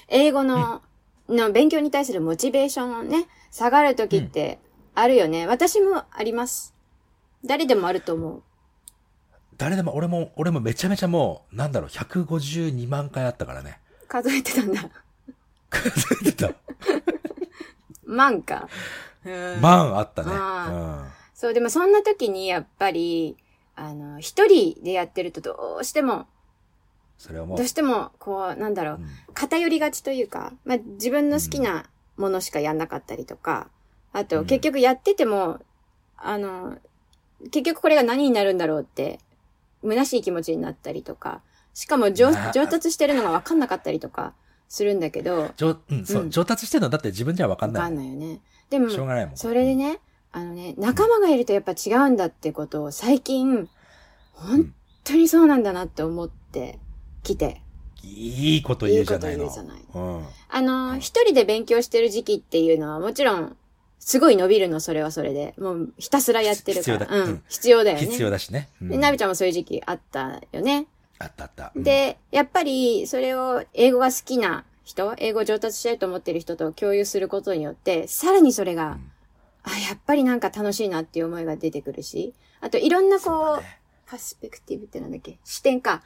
英語の勉強に対するモチベーションをね、下がるときってあるよね。私もあります。誰でもあると思う。 誰でも、俺もめちゃめちゃもう、152万回あったからね。 数えてたんだ。 数えてた。 万か。 万あったね。 そう、でもそんな時にやっぱり、一人でやってるとどうしても、 それはもう。 どうしても、偏りがちというか、まあ、自分の好きなものしかやんなかったりとか、あと、結局やってても、結局これが何になるんだろうって、虚しい気持ちになったりとか、しかも上達してるのが分かんなかったりとかするんだけど、 上達してるのだって自分じゃ分かんない。 分かんないよね。でも、 しょうがないもん。 それでね、仲間がいるとやっぱ違うんだってことを最近、本当にそうなんだなって思ってきて。 いいこと言うじゃないの。 一人で勉強してる時期っていうのはもちろん、すごい伸びるの、それはそれで。もうひたすらやってるから。必要だよね。 必要だしね。 で、なべちゃんもそういう時期あったよね。 あった。 で、やっぱり、それを英語が好きな人、英語上達したいと思ってる人と共有することによって、さらにそれが、やっぱりなんか楽しいなっていう思いが出てくるし、あといろんなパスペクティブってなんだっけ、視点から、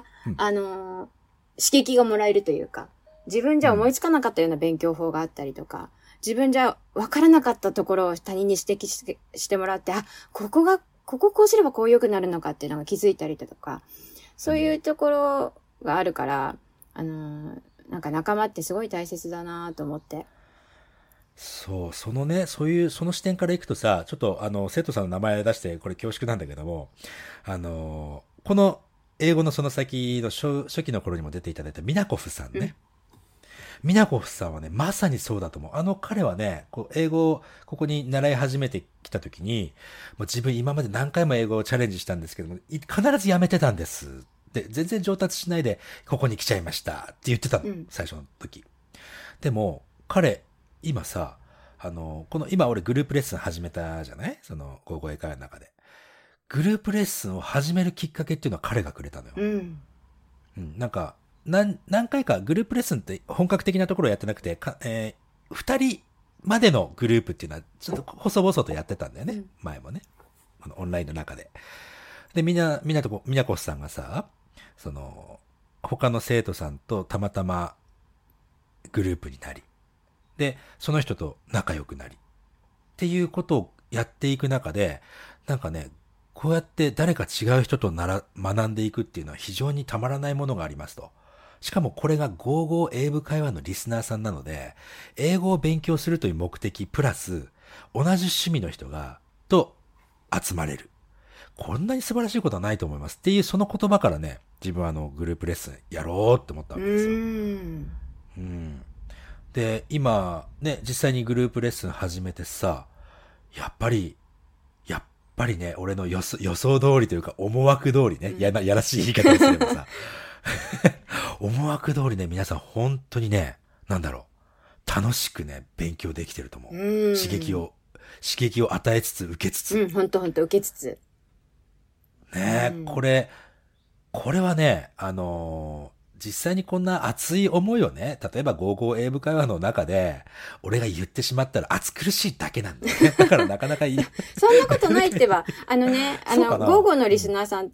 刺激がもらえるというか、自分じゃ思いつかなかったような勉強法があったりとか、自分じゃ分からなかったところを他人に指摘してもらって、ここうすればこう良くなるのかっていうのが気づいたりだとか、そういうところがあるから、なんか仲間ってすごい大切だなと思って。 そう、その視点からいくとさ、ちょっと生徒さんの名前出して、これ恐縮なんだけども、この英語のその先の初期の頃にも出ていただいたミナコフさんね。ミナコフさんはね、まさにそうだと思う。彼はね、英語をここに習い始めてきた時に、もう自分今まで何回も英語をチャレンジしたんですけども、必ずやめてたんです。で、全然上達しないで、ここに来ちゃいましたって言ってたの、最初の時。でも、今さ、今俺グループレッスン始めたじゃない？その、高校英会話の中で。グループレッスンを始めるきっかけっていうのは彼がくれたのよ。なんか、何回かグループレッスンって本格的なところをやってなくて、二人までのグループっていうのはちょっと細々とやってたんだよね。前もね。オンラインの中で。で、みなこさんがさ、他の生徒さんとたまたまグループになり、で、その人と仲良くなり、っていうことをやっていく中で、なんかね、こうやって誰か違う人と学んでいくっていうのは非常にたまらないものがありますと。しかもこれが55英語会話のリスナーさんなので、英語を勉強するという目的プラス、同じ趣味の人と集まれる。こんなに素晴らしいことはないと思いますっていうその言葉からね、自分はグループレッスンやろうって思ったわけですよ。で、今ね、実際にグループレッスン始めてさ、やっぱりね、俺の予想通りというか思惑通りね、やらしい言い方をすればさ、思惑通りね、皆さん本当にね、楽しくね、勉強できてると思う。刺激を与えつつ受けつつ。 ほんと受けつつ。 ねえ、これはね、実際にこんな熱い思いをね、例えば55英語会話の中で、俺が言ってしまったら暑苦しいだけなんだよね。だからなかなかいい。 そんなことないってば、55のリスナーさんって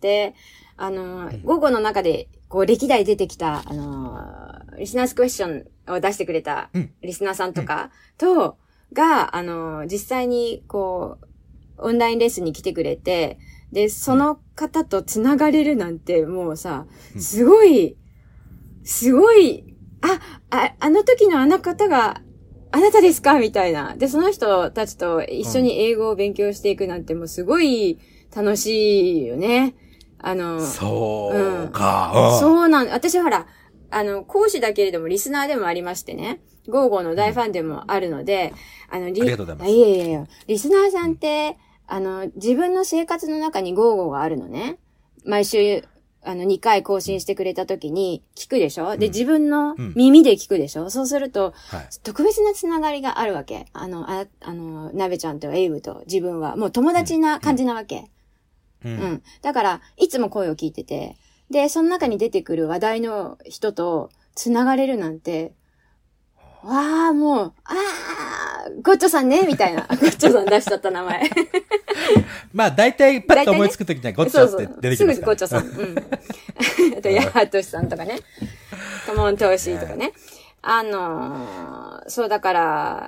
、55の中で、歴代出てきた、リスナースクエスチョンを出してくれたリスナーさんとかが、実際に、オンラインレッスンに来てくれて、で、その方と繋がれるなんて、もうさ、すごい、あの時のあの方が、あなたですかみたいな。で、その人たちと一緒に英語を勉強していくなんてもうすごい楽しいよね。 そうか。 そうなん、私はほら、講師だけれどもリスナーでもありましてね。ゴーゴーの大ファンでもあるので、 ありがとうございます。 いや、リスナーさんって、自分の生活の中にゴーゴーがあるのね。毎週、2回更新してくれた時に聞くでしょ、で、自分の耳で聞くでしょ、そうすると、特別なつながりがあるわけ。なべちゃんとエイブと自分は、もう友達な感じなわけ。だから、いつも声を聞いてて、で、その中に出てくる話題の人とつながれるなんて、わあ、もう、ゴッチョさんね、みたいな。ゴッチョさん出しちゃった名前。 まあ、大体パッと思いつくときにはゴッチョって出てきますから。 すぐゴッチョさん。うん。あと、ヤハトシさんとかね。カモントーシーとかね。そうだから、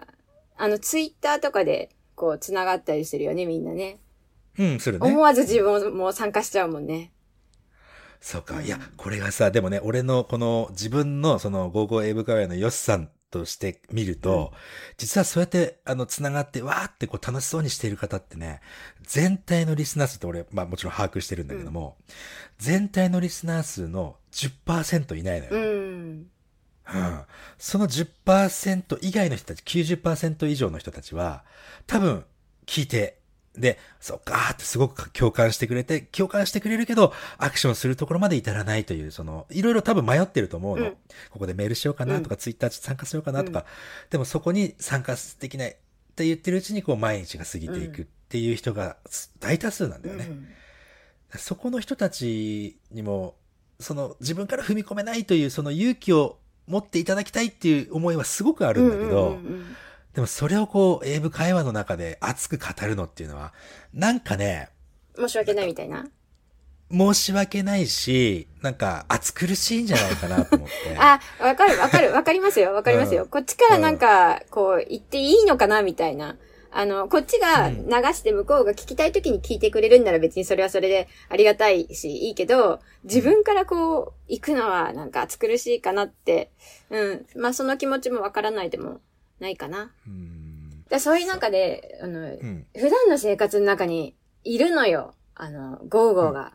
ツイッターとかで、こう、つながったりするよね、みんなね。 うん、するね。 思わず自分も参加しちゃうもんね。 そうか。いや、これがさ、でもね、俺のこの自分のその55英語会話のヨシさんとして見ると、実はそうやってつながってわーってこう楽しそうにしている方ってね、全体のリスナー数って俺、まあもちろん把握してるんだけども、全体のリスナー数の 10% いないのよ。その 10% 以外の人たち、90% 以上の人たちは、多分聞いて、で、そうかーってすごく共感してくれるけど、アクションするところまで至らないという、いろいろ多分迷ってると思うの。ここでメールしようかなとか、ツイッター参加しようかなとか、でもそこに参加できないって言ってるうちに、こう、毎日が過ぎていくっていう人が大多数なんだよね。そこの人たちにも、自分から踏み込めないという、その勇気を持っていただきたいっていう思いはすごくあるんだけど、でもそれをこう、英語会話の中で熱く語るのっていうのは、なんかね、 申し訳ないみたいな。 申し訳ないし、なんか暑苦しいんじゃないかなと思って。 わかりますよ。こっちからなんか、こう、言っていいのかなみたいな。こっちが流して向こうが聞きたい時に聞いてくれるんなら別にそれはそれでありがたいし、いいけど、自分からこう、行くのはなんか暑苦しいかなって、まあその気持ちもわからないでもないかな。そういう中で、普段の生活の中にいるのよ。ゴーゴーが。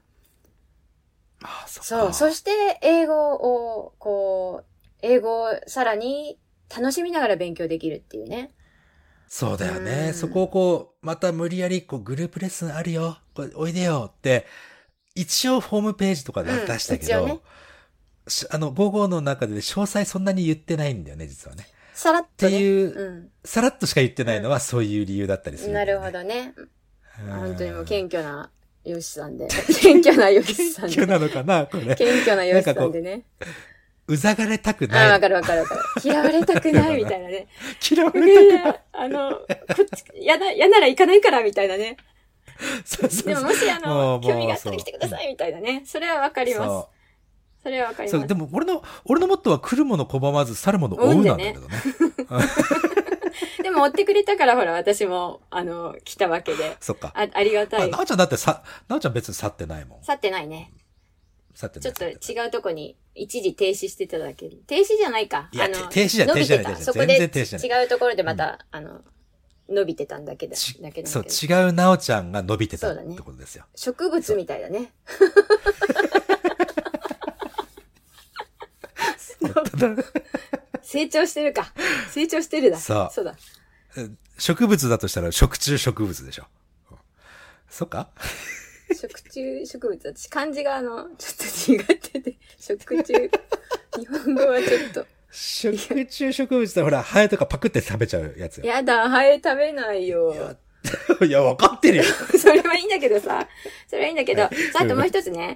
そう。そして、英語をさらに楽しみながら勉強できるっていうね。 そうだよね。そこをこう、また無理やり、こう、グループレッスンあるよ。これ、おいでよって、一応ホームページとかで出したけど、55の中で詳細そんなに言ってないんだよね、実はね。 さらっとね。 っていう、さらっとしか言ってないのはそういう理由だったりする、 なるほどね。本当にもう謙虚なヨシさんで。謙虚なヨシさんで。 謙虚なのかなこれ。 謙虚なヨシさんでね。 うざがれたくない。 わかる。嫌われたくないみたいなね。 嫌われたくない。 こっち、嫌なら行かないからみたいなね。 そうでももし興味があったら来てくださいみたいなね。それはわかります。それはわかります。 でも俺のモットーは来るもの拒まず去るもの追うなんだけどね。 でも追ってくれたからほら私も来たわけで。 そっか。 ありがたい。 なおちゃんだってなおちゃん別に去ってないもん。 去ってないね。 去ってない。 ちょっと違うとこに一時停止してただけ。停止じゃないか。 いや、停止じゃない。 そこで違うところでまた、伸びてたんだけど。そう、 違うなおちゃんが伸びてたってことですよ。 植物みたいだね。成長してるか。成長してるだ。そうだ。 植物だとしたら食虫植物でしょ。そっか食虫植物。私漢字がちょっと違ってて、食虫。日本語はちょっと。 食虫植物ってほら、ハエとかパクって食べちゃうやつよ。 やだ、ハエ食べないよ。 いや、わかってるよ。 それはいいんだけどさ。それはいいんだけど、あともう一つね。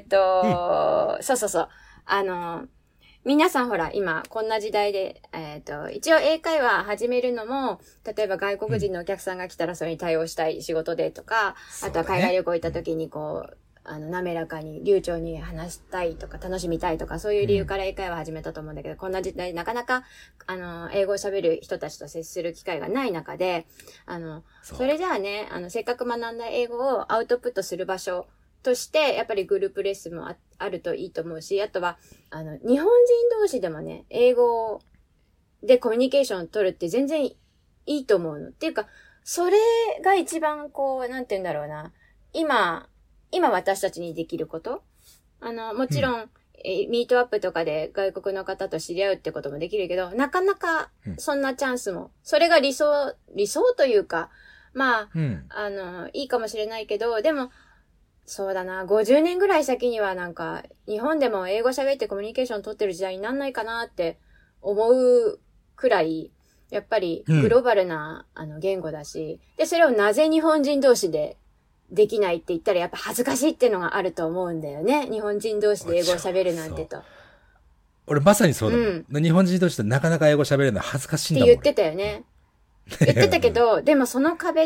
そう。皆さんほら、今、こんな時代で、一応英会話始めるのも、例えば外国人のお客さんが来たらそれに対応したい仕事でとか、あとは海外旅行行った時にこう、滑らかに、流暢に話したいとか、楽しみたいとか、そういう理由から英会話始めたと思うんだけど、こんな時代なかなか、英語を喋る人たちと接する機会がない中で、それじゃあね、せっかく学んだ英語をアウトプットする場所として、やっぱりグループレッスンもあるといいと思うし、あとは、日本人同士でもね、英語でコミュニケーションを取るって全然いいと思うの。っていうか、それが一番こう、なんて言うんだろうな。今私たちにできること。もちろん、ミートアップとかで外国の方と知り合うってこともできるけど、なかなかそんなチャンスも、それが理想というか、まあ、いいかもしれないけど、でも、そうだな、50年ぐらい先にはなんか、日本でも英語喋ってコミュニケーション取ってる時代になんないかなって思うくらい、やっぱりグローバルな、言語だし、で、それをなぜ日本人同士でできないって言ったらやっぱ恥ずかしいっていうのがあると思うんだよね。日本人同士で英語を喋るなんてと。 俺まさにそうだもん。日本人としてなかなか英語喋れるの恥ずかしいんだもん。 って言ってたよね。言ってたけど、でもその壁って、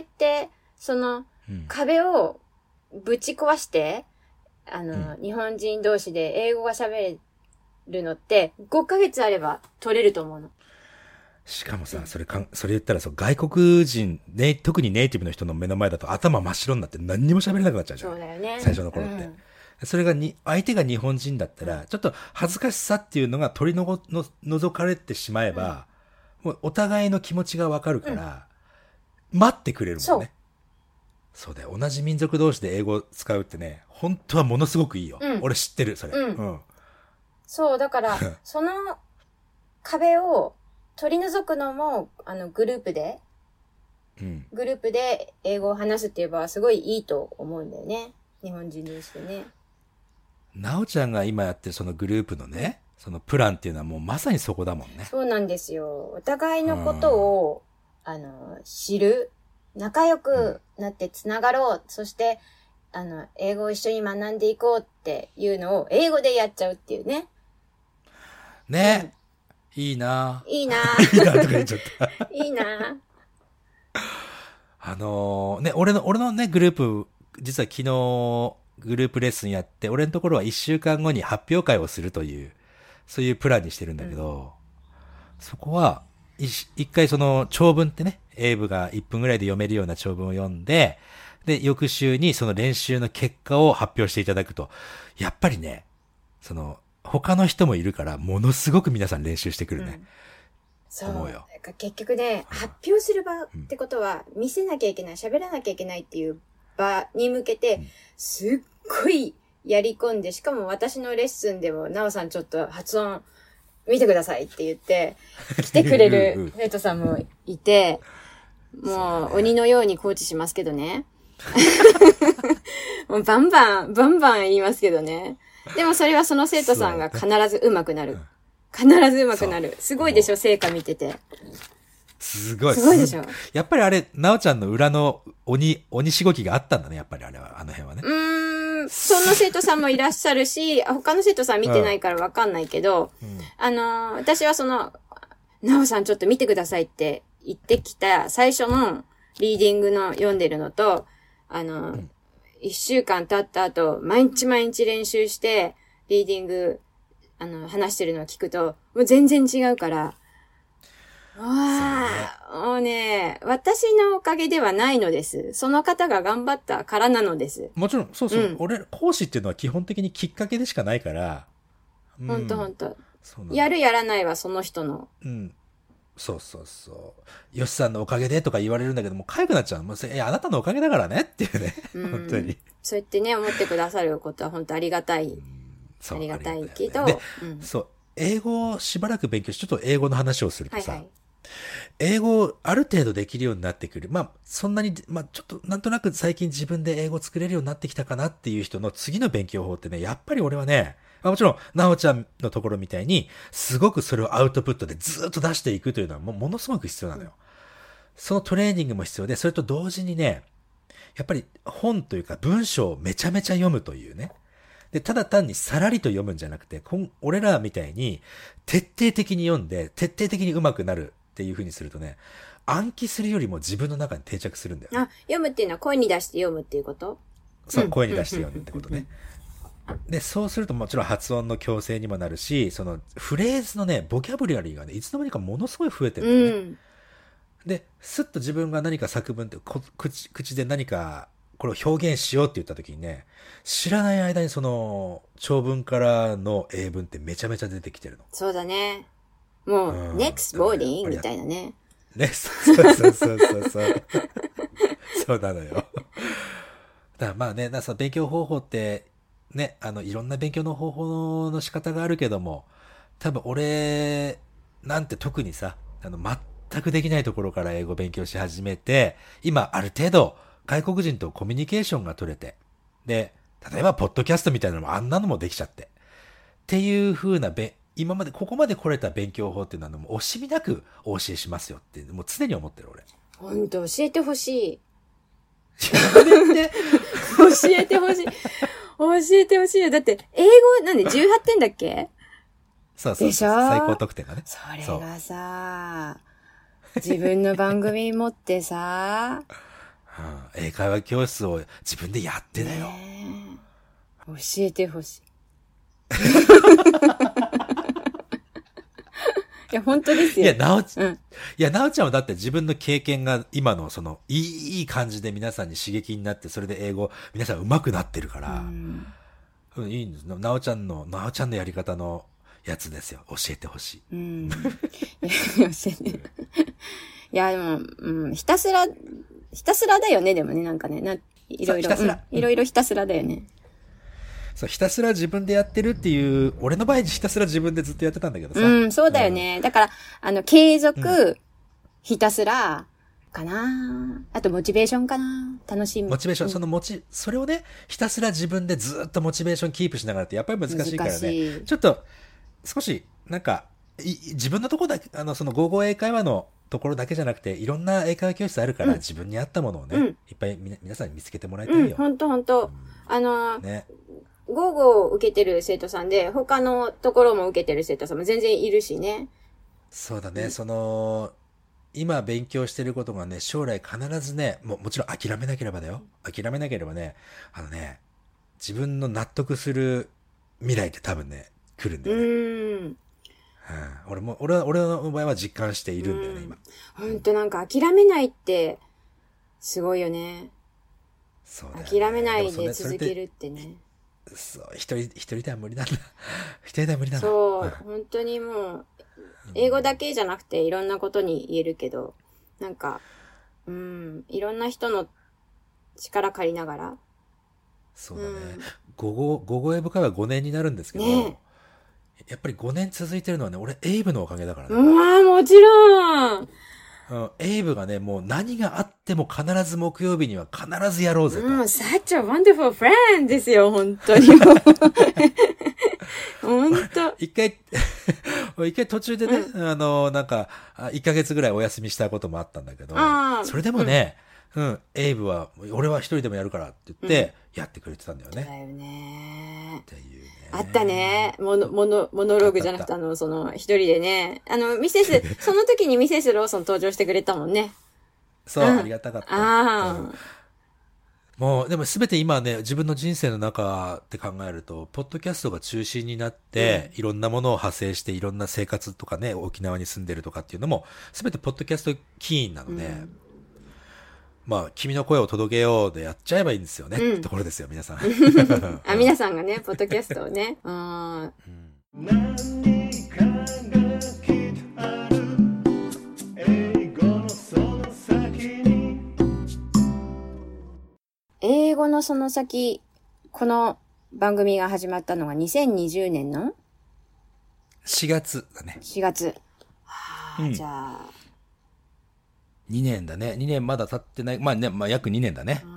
その壁をぶち壊して、日本人同士で英語が喋れるのって、5ヶ月あれば取れると思うの。 しかもさ、それ言ったら外国人、ね、特にネイティブの人の目の前だと頭真っ白になって何にも喋れなくなっちゃうじゃん。 そうだよね。 最初の頃って。それが相手が日本人だったら、ちょっと恥ずかしさっていうのが取り除かれてしまえば、もうお互いの気持ちがわかるから、待ってくれるもんね。そうだよ。同じ民族同士で英語を使うってね、本当はものすごくいいよ。俺知ってる、それ。 そう、だから、その壁を取り除くのも、グループで英語を話すって言えばすごいいいと思うんだよね。日本人同士でね。 なおちゃんが今やってるそのグループのね、そのプランっていうのはもうまさにそこだもんね。 そうなんですよ。お互いのことを、知る。仲良くなってつながろう。そして、英語を一緒に学んでいこうっていうのを英語でやっちゃうっていうね。 ね、いいな。 いいな。 いいなとか言っちゃった。 いいな。 ね、俺のね、グループ、実は昨日、グループレッスンやって、俺のところは1週間後に発表会をするという、そういうプランにしてるんだけど、そこは、一回その長文ってね、英文が1分ぐらいで読めるような長文を読んで、で、翌週にその練習の結果を発表していただくと、やっぱりね、他の人もいるから、ものすごく皆さん練習してくるね。 そう。思うよ。結局ね、発表する場ってことは、見せなきゃいけない、喋らなきゃいけないっていう場に向けて、すっごいやり込んで、しかも私のレッスンでも、なおさんちょっと発音見てくださいって言って、来てくれる生徒さんもいて、もう鬼のようにコーチしますけどね。もうバンバン言いますけどね。でもそれはその生徒さんが必ず上手くなる。必ず上手くなる。すごいでしょ、成果見てて。 すごいでしょ。 やっぱりあれ、なおちゃんの裏の鬼しごきがあったんだね、やっぱりあれは、あの辺はね。 その生徒さんもいらっしゃるし、他の生徒さん見てないからわかんないけど、私はなおさんちょっと見てくださいって言ってきた最初のリーディングの読んでるのと、一週間経った後、毎日練習して、リーディング、話してるのを聞くと、もう全然違うから、もうね、私のおかげではないのです。その方が頑張ったからなのです。 もちろん、そう。俺、講師っていうのは基本的にきっかけでしかないから。 ほんと。やるやらないはその人の。 そう。よしさんのおかげでとか言われるんだけども、痒くなっちゃう。あなたのおかげだからねっていうね。本当に。 そうやってね、思ってくださることは本当ありがたい。ありがたいけど。 そう。英語をしばらく勉強し、ちょっと英語の話をするとさ、英語をある程度できるようになってくる。そんなに、ちょっとなんとなく最近自分で英語作れるようになってきたかなっていう人の次の勉強法ってね、やっぱり俺はね、もちろん、なおちゃんのところみたいに、すごくそれをアウトプットでずっと出していくというのはものすごく必要なのよ。そのトレーニングも必要で、それと同時にね、やっぱり本というか文章をめちゃめちゃ読むというね。で、ただ単にさらりと読むんじゃなくて、俺らみたいに徹底的に読んで、徹底的に上手くなるっていう風にするとね、暗記するよりも自分の中に定着するんだよね。 読むっていうのは声に出して読むっていうこと？ そう、声に出して読むってことね。で、そうするともちろん発音の矯正にもなるし、そのフレーズのね、ボキャブラリーがね、いつの間にかものすごい増えてるんだよね。で、スッと自分が何か作文って、口で何か、これを表現しようって言った時にね、知らない間にその、長文からの英文ってめちゃめちゃ出てきてるの。 そうだね。もう、next morning みたいなね。 そう。そうなのよ。だからまあね、その勉強方法って、ね、いろんな勉強の方法の仕方があるけども、多分俺、なんて特にさ、全くできないところから英語を勉強し始めて、今ある程度外国人とコミュニケーションが取れて、で、例えばポッドキャストみたいなのもあんなのもできちゃって、っていう風な今までここまで来れた勉強法っていうのはもう惜しみなくお教えしますよって、もう常に思ってる俺。 ほんと、教えてほしい。 教えてほしい。教えてほしいよ。だって、英語なんで18点だっけそうそうそう。 でしょ？ 最高得点がね。 それがさ、自分の番組持ってさ、 うん、英会話教室を自分でやってだよ。 ねえ、教えてほしい。いや、本当ですよ。 いや、なおちゃんはだって自分の経験が今のいい感じで皆さんに刺激になって、それで英語、皆さん上手くなってるから、いいんです。なおちゃんのやり方のやつですよ。教えてほしい。 いや、教えて。いや、でも、ひたすらだよね、でもね、なんかね、いろいろ。いろいろひたすらだよね。 そう、ひたすら自分でやってるっていう、俺の場合ひたすら自分でずっとやってたんだけどさ。 そうだよね。だから、継続、ひたすら、かな。あと、モチベーションかな。楽しみ。 モチベーション、それをね、ひたすら自分でずっとモチベーションキープしながらって、やっぱり難しいからね。ちょっと、少し、なんか、自分のとこだけ、55英会話のところだけじゃなくて、いろんな英会話教室あるから、自分に合ったものをね、いっぱい皆さんに見つけてもらいたいよ。 ほんと。 ね。 午後を受けてる生徒さんで、他のところも受けてる生徒さんも全然いるしね。 そうだね、今勉強してることがね、将来必ずね、もちろん諦めなければだよ。諦めなければね、自分の納得する未来って多分ね、来るんだよね。俺の場合は実感しているんだよね、今。 ほんとなんか諦めないって、すごいよね。 そうだよね。 諦めないで続けるってね。 そう、一人では無理なんだ。一人では無理なんだ。 そう、本当にもう、英語だけじゃなくていろんなことに言えるけど、なんか、いろんな人の力借りながら。 そうだね。午後英語会は5年になるんですけど、ね、やっぱり5年続いてるのはね、俺、エイブのおかげだからね。 もちろん。 エイブがね、もう何があっても必ず木曜日には必ずやろうぜと。 such a wonderful friend ですよ、本当に。本当。 一回途中でね、なんか、1ヶ月ぐらいお休みしたこともあったんだけど、それでもね、エイブは、俺は一人でもやるからって言って、やってくれてたんだよね。 だよね。 っていうね。 あったね。モノローグじゃなくて、一人でね。その時にミセスローソン登場してくれたもんね。 そう、ありがたかった。もう、でもすべて今ね、自分の人生の中って考えると、ポッドキャストが中心になって、いろんなものを派生して、いろんな生活とかね、沖縄に住んでるとかっていうのも、すべてポッドキャスト起因なので、君の声を届けようでやっちゃえばいいんですよね、ってところですよ、皆さん。 皆さんがね、ポッドキャストをね。英語のその先、この番組が始まったのが2020年の 4月だね。 4月。じゃあ。 2年だね。2年まだ経ってない。約2年だね。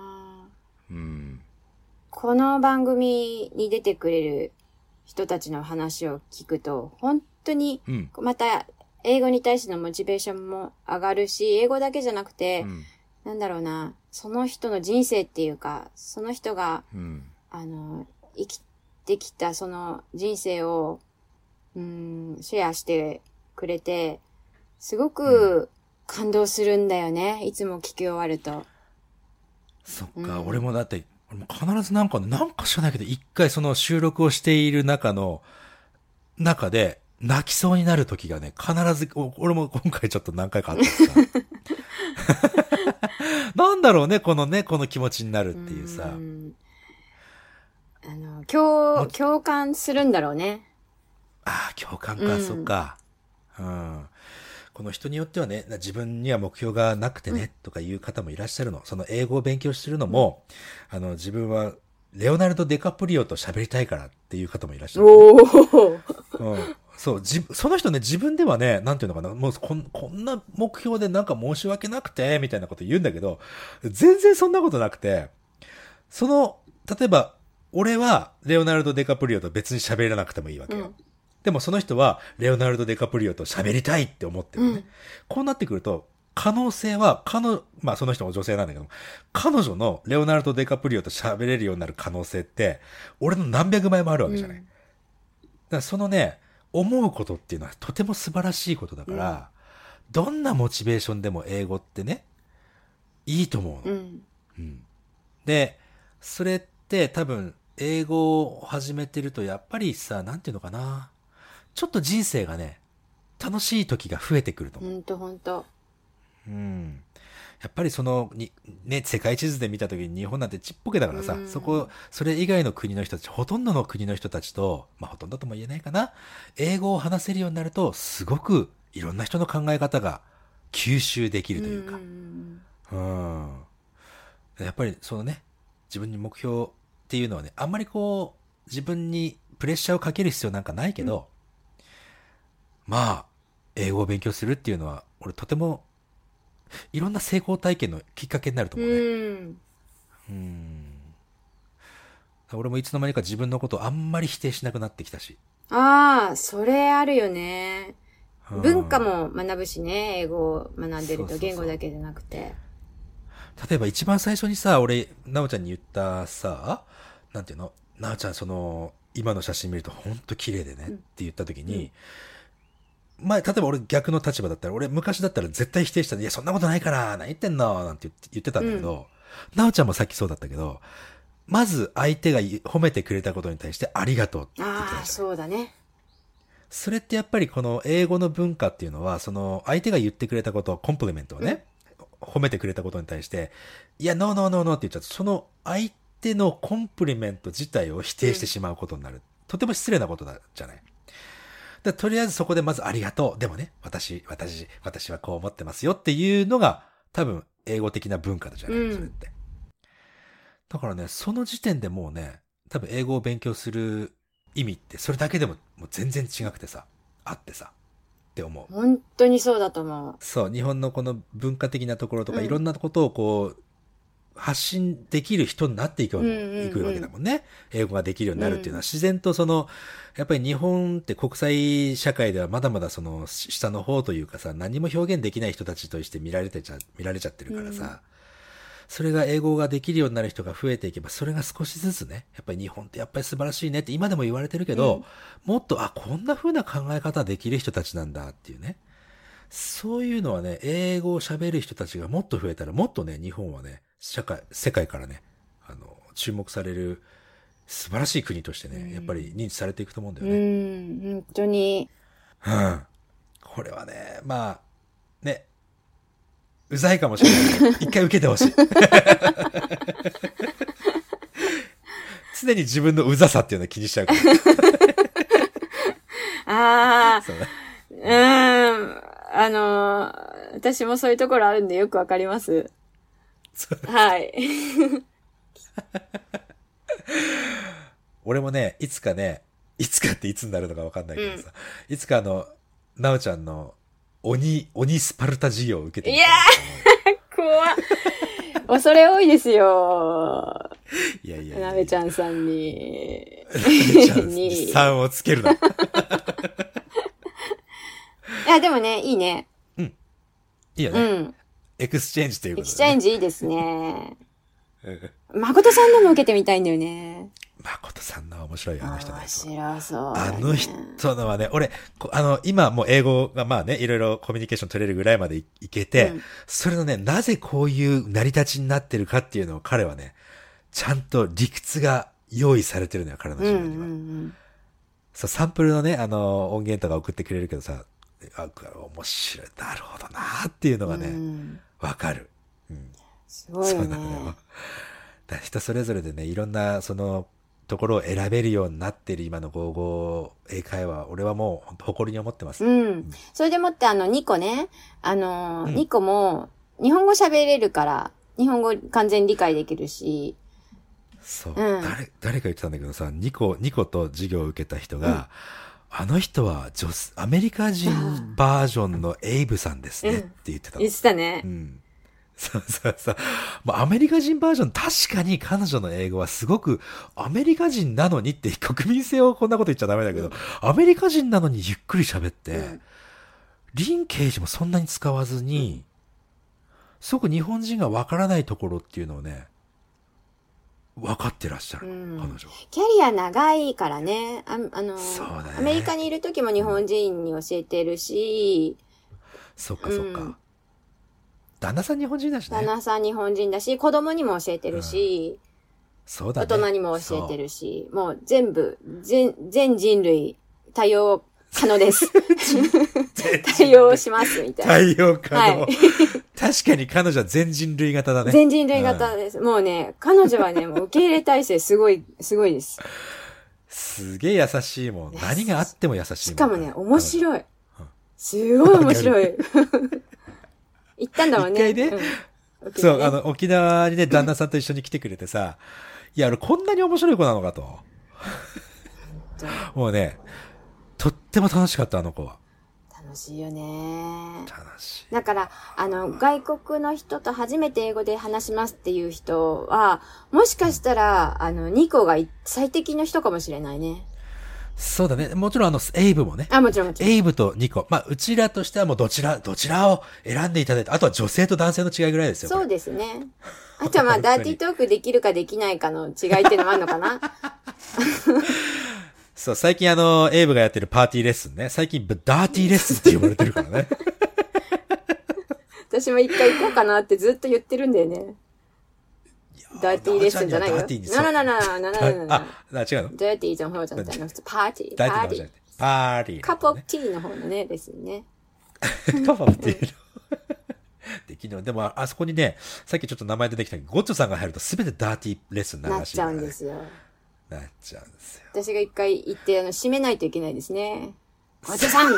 この番組に出てくれる人たちの話を聞くと、本当に、また英語に対してのモチベーションも上がるし、英語だけじゃなくて、なんだろうな、その人の人生っていうか、その人が、生きてきたその人生を、シェアしてくれて、すごく感動するんだよね。いつも聞き終わると。 そっか、俺も必ずなんか知らないけど、一回その収録をしている中で、泣きそうになる時がね、必ず、俺も今回ちょっと何回かあったんですが。なんだろうね、この気持ちになるっていうさ。 共感するんだろうね。 共感か、そっか。この人によってはね、自分には目標がなくてね、とかいう方もいらっしゃるの。その英語を勉強してるのも、自分はレオナルド・デカプリオと喋りたいからっていう方もいらっしゃる、そう、その人ね、自分ではね、なんていうのかな、もうこんな目標でなんか申し訳なくて、みたいなこと言うんだけど、全然そんなことなくて、例えば、俺はレオナルド・デカプリオと別に喋らなくてもいいわけよ。でもその人はレオナルド・デカプリオと喋りたいって思ってるね。こうなってくると、可能性は、その人も女性なんだけど、彼女のレオナルド・デカプリオと喋れるようになる可能性って、俺の何百倍もあるわけじゃない。だからそのね、 思うことっていうのはとても素晴らしいことだから、どんなモチベーションでも英語ってね、いいと思うの。で、それって多分、英語を始めてるとやっぱりさ、なんていうのかな。ちょっと人生がね、楽しい時が増えてくると思う。 ほんと。 やっぱりね、世界地図で見た時に日本なんてちっぽけだからさ、それ以外の国の人たち、ほとんどの国の人たちと、ほとんどとも言えないかな、英語を話せるようになると、すごくいろんな人の考え方が吸収できるというか、やっぱり自分に目標っていうのはね、あんまり自分にプレッシャーをかける必要なんかないけど、英語を勉強するっていうのは、俺とても、いろんな成功体験のきっかけになると思うね。俺もいつの間にか自分のことをあんまり否定しなくなってきたし。 それあるよね。文化も学ぶしね、英語を学んでると、言語だけじゃなくて。 例えば一番最初にさ、俺、なおちゃんに言ったさ、なんていうの、なおちゃん今の写真見るとほんと綺麗でねって言った時に、例えば俺逆の立場だったら、俺昔だったら絶対否定したら、いやそんなことないから、何言ってんのなんて言ってたんだけど、なおちゃんもさっきそうだったけど、まず相手が褒めてくれたことに対してありがとうって言ってたじゃん。 そうだね。 それってやっぱりこの英語の文化っていうのは、相手が言ってくれたこと、コンプリメントをね、褒めてくれたことに対して、いや、ノーノーノーノーって言っちゃうと、その相手のコンプリメント自体を否定してしまうことになる。とても失礼なことだじゃない。とりあえずそこでまずありがとう。でもね、私はこう思ってますよっていうのが、多分、英語的な文化じゃない、それって。だからね、その時点でもうね、多分英語を勉強する意味って、それだけでももう全然違くてさ、あってさ、って思う。 本当にそうだと思う。 そう、日本のこの文化的なところとか、いろんなことを発信できる人になっていくわけだもんね。英語ができるようになるっていうのは、自然とやっぱり日本って国際社会ではまだまだ下の方というかさ、何も表現できない人たちとして見られちゃってるからさ、それが英語ができるようになる人が増えていけば、それが少しずつね、やっぱり日本ってやっぱり素晴らしいねって今でも言われてるけど、もっと、こんな風な考え方できる人たちなんだっていうね。そういうのはね、英語を喋る人たちがもっと増えたら、もっとね、日本はね、世界からね、注目される素晴らしい国としてね、やっぱり認知されていくと思うんだよね。 本当に。 これはね、ね、うざいかもしれないけど、一回受けてほしい。常に自分のうざさっていうのを気にしちゃうから。そう私もそういうところあるんでよくわかります。はい。 俺もね、いつかっていつになるのかわかんないけどさ、いつかなおちゃんの鬼スパルタ授業を受けてみたいな。 いやー怖っ。恐れ多いですよ。 いや。 なべちゃんさんに。 3をつけるな。いや、でもね、いいね。 いいよね。エクスチェンジということで、ね。エクスチェンジいいですね。誠さんのも受けてみたいんだよね。 誠さんの面白いあの人ね。 面白そう、 ね。あの人のはね、俺、今もう英語がいろいろコミュニケーション取れるぐらいまでいけて、それのね、なぜこういう成り立ちになってるかっていうのを彼はね、ちゃんと理屈が用意されてるのよ、彼の自分には。そう、サンプルのね、音源とか送ってくれるけどさ、面白い、なるほどなーっていうのがね、わかる。 すごいよね。 そうなのよ。人それぞれでね、いろんなところを選べるようになってる今の55英会話、俺はもう本当誇りに思ってます。 それでもってニコね、ニコも日本語喋れるから、日本語完全理解できるし。 そう。誰か言ってたんだけどさ、ニコと授業を受けた人が、あの人はアメリカ人バージョンのエイブさんですねって言ってた。 言ってたね。 そう。アメリカ人バージョン、確かに彼女の英語はすごくアメリカ人なのにって国民性をこんなこと言っちゃダメだけど、アメリカ人なのにゆっくり喋って、リンケージもそんなに使わずに、すごく日本人がわからないところっていうのをね、 分かってらっしゃる、 うん彼女。 キャリア長いからね。 そうだね。 アメリカにいる時も日本人に教えてるし、 そっかそっか。旦那さん日本人だしね。 旦那さん日本人だし、子供にも教えてるし、 そうだね。 大人にも教えてるし、もう全部、全人類対応可能です。対応しますみたいな。 対応可能。 はい確かに彼女は全人類型だね。 全人類型です。もうね、彼女はね、もう受け入れ体制すごいです。 すげえ優しいもん。何があっても優しいもん。 しかもね、面白い。すごい面白い。行ったんだもんね。 一回ね、そう、沖縄にね、旦那さんと一緒に来てくれてさ、いや、こんなに面白い子なのかと。もうね、とっても楽しかった、あの子は。 楽しいよね。 楽しい。 だから、外国の人と初めて英語で話しますっていう人は、もしかしたら、ニコが最適の人かもしれないね。 そうだね。もちろんエイブもね。 もちろん。 エイブとニコ。まあ、うちらとしてはもうどちらを選んでいただいて、あとは女性と男性の違いぐらいですよ。 そうですね。あとはまあ、ダーティートークできるかできないかの違いっていうのもあるのかな。 そう、最近エイブがやってるパーティーレッスンね。最近、ダーティーレッスンって呼ばれてるからね。 私も一回行こうかなってずっと言ってるんだよね。ダーティーレッスンじゃないよ。 ダーティーにな。違うの。 ダーティーの方じゃなくて、普通パーティー。 ダーティーの方じゃなくて、パーティー。 カップオブティーの方のね、レッスンね。 カップオブティーの。で、昨日、でも、あそこにね、さっきちょっと名前出てきたけど、ゴッチョさんが入ると全てダーティーレッスンになるらしい、 なっちゃうんですよ。 なっちゃうんですよ。 私が一回行って、締めないといけないですね。ゴッチョさんって。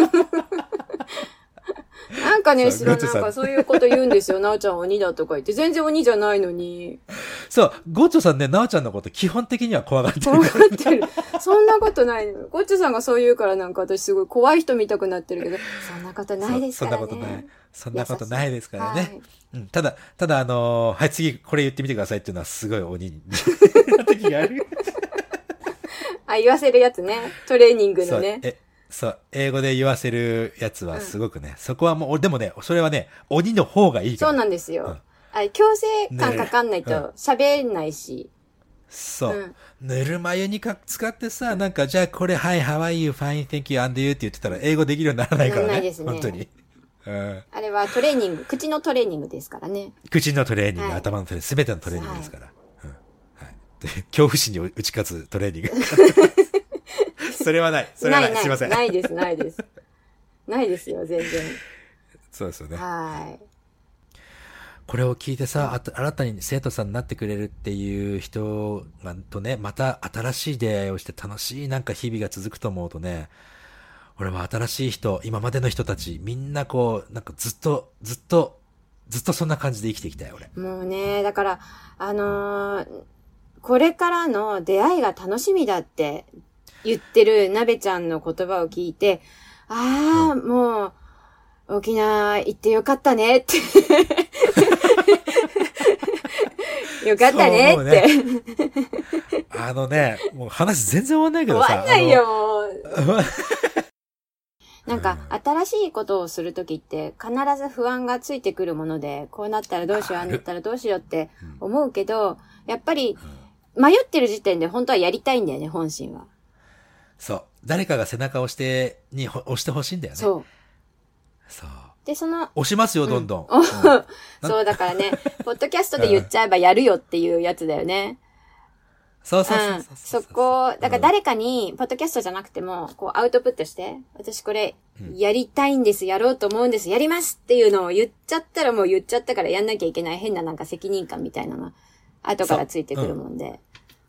なんかね、なんかそういうこと言うんですよ。なおちゃん鬼だとか言って。全然鬼じゃないのに。 そう、ゴッチョさんね、なおちゃんのこと基本的には怖がってる。 怖がってる。そんなことないの。ゴッチョさんがそう言うからなんか私すごい怖い人見たくなってるけど、そんなことないですからね。 そんなことない。そんなことないですからね。はい、うん、ただ、はい、次これ言ってみてくださいっていうのはすごい鬼にな時がある。 言わせるやつね。トレーニングのね。 そう、英語で言わせるやつはすごくね、そこはもう、でもね、それはね、鬼の方がいいから。 そうなんですよ。強制感かかんないと喋んないし。 そう。ぬるま湯に使ってさ、なんか、じゃあこれ、はい、how are you, fine, thank you, and you って言ってたら、英語できるようにならないからね。 ないですね。 本当に。 あれはトレーニング、口のトレーニングですからね。 口のトレーニング、頭のトレーニング、すべてのトレーニングですから。はい。恐怖心に打ち勝つトレーニング。それはない。それはない。すいません。 ないです。ないですよ、全然。 そうですよね。 はい。 これを聞いてさ、新たに生徒さんになってくれるっていう人とね、また新しい出会いをして楽しいなんか日々が続くと思うとね、俺は新しい人、今までの人たち、みんなこう、なんかずっとそんな感じで生きていきたい、俺。 もうね、だから、これからの出会いが楽しみだって言ってるなべちゃんの言葉を聞いて、もう、沖縄行ってよかったねって。よかったねって。 もう話全然終わんないけどさ。 終わんないよ、もう。なんか、新しいことをするときって、必ず不安がついてくるもので、こうなったらどうしよう、ああなったらどうしようって思うけど、やっぱり、迷ってる時点で本当はやりたいんだよね、本心は。 そう。誰かが背中を押してほしいんだよね。 そう。で、 押しますよ、どんどん。 そう、だからね、ポッドキャストで言っちゃえばやるよっていうやつだよね。 そう。 そこ、だから誰かに、ポッドキャストじゃなくても、こうアウトプットして、私これ、やりたいんです、やろうと思うんです、やりますっていうのを言っちゃったらもう言っちゃったからやんなきゃいけない変ななんか責任感みたいなの、後からついてくるもんで。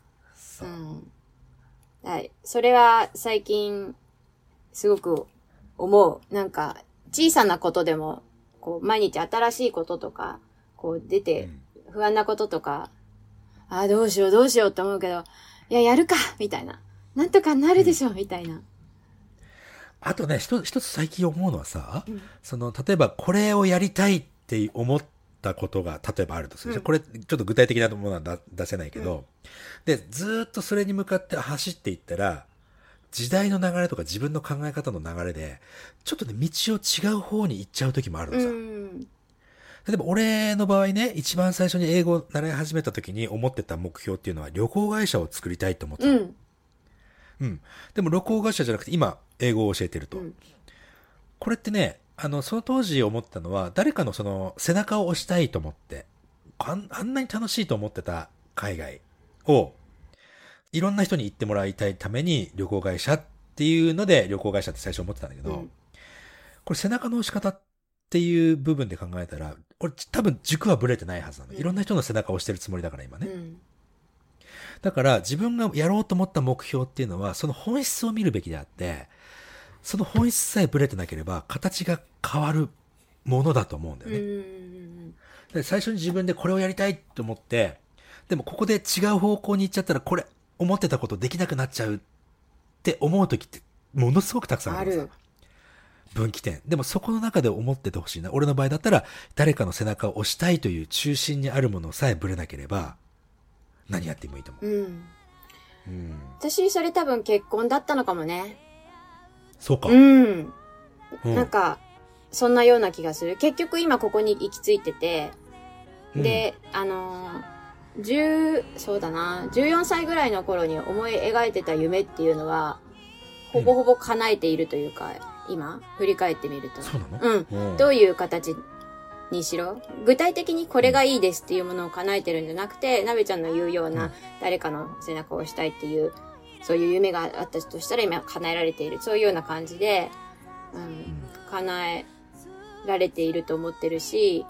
はい。それは最近、すごく思う。なんか、小さなことでも、こう、毎日新しいこととか、こう出て、不安なこととか、どうしようって思うけど、いや、やるかみたいな。なんとかなるでしょみたいな。 あとね、一つ最近思うのはさ、例えばこれをやりたいって思ったことが、例えばあるとする。これ、ちょっと具体的なものは出せないけど、で、ずーっとそれに向かって走っていったら、時代の流れとか自分の考え方の流れで、ちょっとね、道を違う方に行っちゃう時もあるのさ。 例えば俺の場合ね、一番最初に英語を習い始めた時に思ってた目標っていうのは旅行会社を作りたいと思ってた。うん。でも旅行会社じゃなくて今英語を教えてると。これってね、その当時思ったのは誰かのその背中を押したいと思って、あんなに楽しいと思ってた海外をいろんな人に行ってもらいたいために旅行会社っていうので旅行会社って最初思ってたんだけど、これ背中の押し方っていう部分で考えたら、俺多分軸はブレてないはずなの。いろんな人の背中を押してるつもりだから今ね。だから自分がやろうと思った目標っていうのはその本質を見るべきであって、その本質さえブレてなければ形が変わるものだと思うんだよね。で最初に自分でこれをやりたいと思って、でもここで違う方向に行っちゃったらこれ思ってたことできなくなっちゃうって思う時ってものすごくたくさんあるさ。分岐点。でもそこの中で思っててほしいな。俺の場合だったら誰かの背中を押したいという中心にあるものさえブレなければ何やってもいいと思う。 私それ多分結婚だったのかもね。そうか。なんかそんなような気がする。結局今ここに行き着いてて、で、そうだな、14歳ぐらいの頃に思い描いてた夢っていうのは、ほぼほぼ叶えているというか、今、振り返ってみると。 そうなの？ どういう形にしろ、具体的にこれがいいですっていうものを叶えてるんじゃなくて、なべちゃんの言うような、誰かの背中を押したいっていう、そういう夢があったとしたら今叶えられている。そういうような感じで、叶えられていると思ってるし、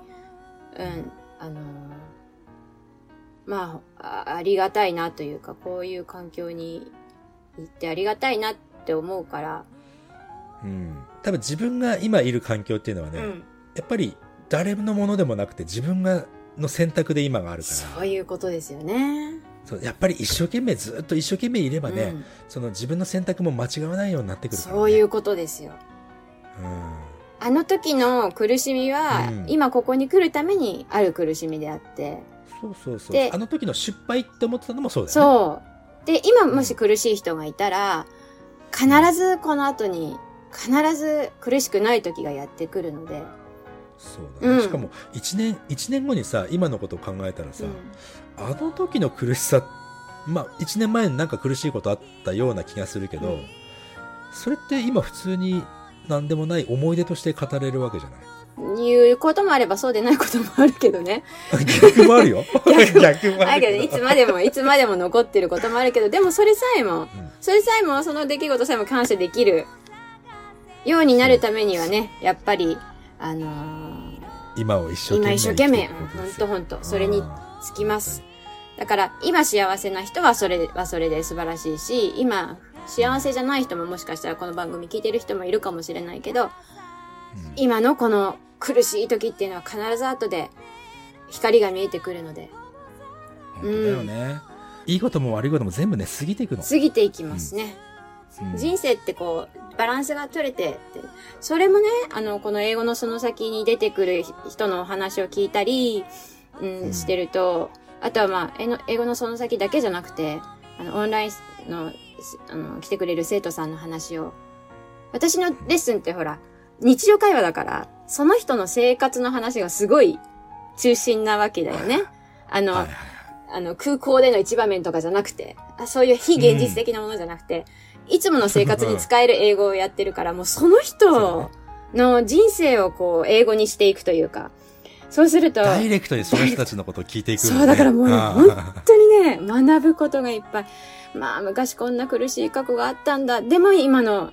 まあ、ありがたいなというか、こういう環境に行ってありがたいなって思うから。 多分自分が今いる環境っていうのはね、やっぱり誰のものでもなくて自分の選択で今があるから。 そういうことですよね。 そうやっぱりずっと一生懸命いればね、その自分の選択も間違わないようになってくるからね。 そういうことですよ。あの時の苦しみは、今ここに来るためにある苦しみであって。 そう。で、あの時の失敗って思ってたのもそうだよね。 そう。で、今もし苦しい人がいたら、必ずこの後に、必ず苦しくない時がやってくるので。 そうだね。しかも、一年後にさ、今のことを考えたらさ、あの時の苦しさ、まあ、1年前になんか苦しいことあったような気がするけど、それって今普通に何でもない思い出として語れるわけじゃない。 言うこともあればそうでないこともあるけどね。 逆もあるよ。逆もあるけど、いつまでも残ってることもあるけど、でもそれさえも、その出来事さえも感謝できるようになるためにはね、やっぱり、 今を一生懸命。 ほんと、それにつきます。だから、今幸せな人はそれで素晴らしいし、今、幸せじゃない人ももしかしたらこの番組聞いてる人もいるかもしれないけど、今のこの苦しい時っていうのは必ず後で光が見えてくるので。 本当だよね。いいことも悪いことも全部ね、過ぎていくの。 過ぎていきますね。人生ってこう、バランスが取れてって、それもね、この英語のその先に出てくる人のお話を聞いたり、してると、あとはまあ、英語のその先だけじゃなくて、オンラインの、来てくれる生徒さんの話を、私のレッスンってほら、日常会話だから、その人の生活の話がすごい中心なわけだよね。空港での一場面とかじゃなくて、そういう非現実的なものじゃなくて、いつもの生活に使える英語をやってるから、もうその人の人生をこう、英語にしていくというか、そうすると。 ダイレクトにその人たちのことを聞いていく、 そう、だからもうね、本当にね、学ぶことがいっぱい。まあ、昔こんな苦しい過去があったんだ。でも今の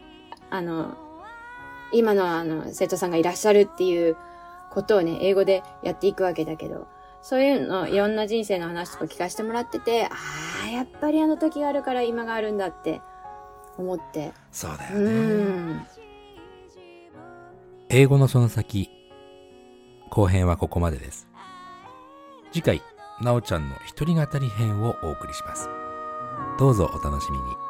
生徒さんがいらっしゃるっていうことをね、英語でやっていくわけだけど、そういうの、いろんな人生の話とか聞かせてもらってて、やっぱりあの時があるから今があるんだって思って。 そうだよね。英語のその先、後編はここまでです。次回、なおちゃんの一人語り編をお送りします。どうぞお楽しみに。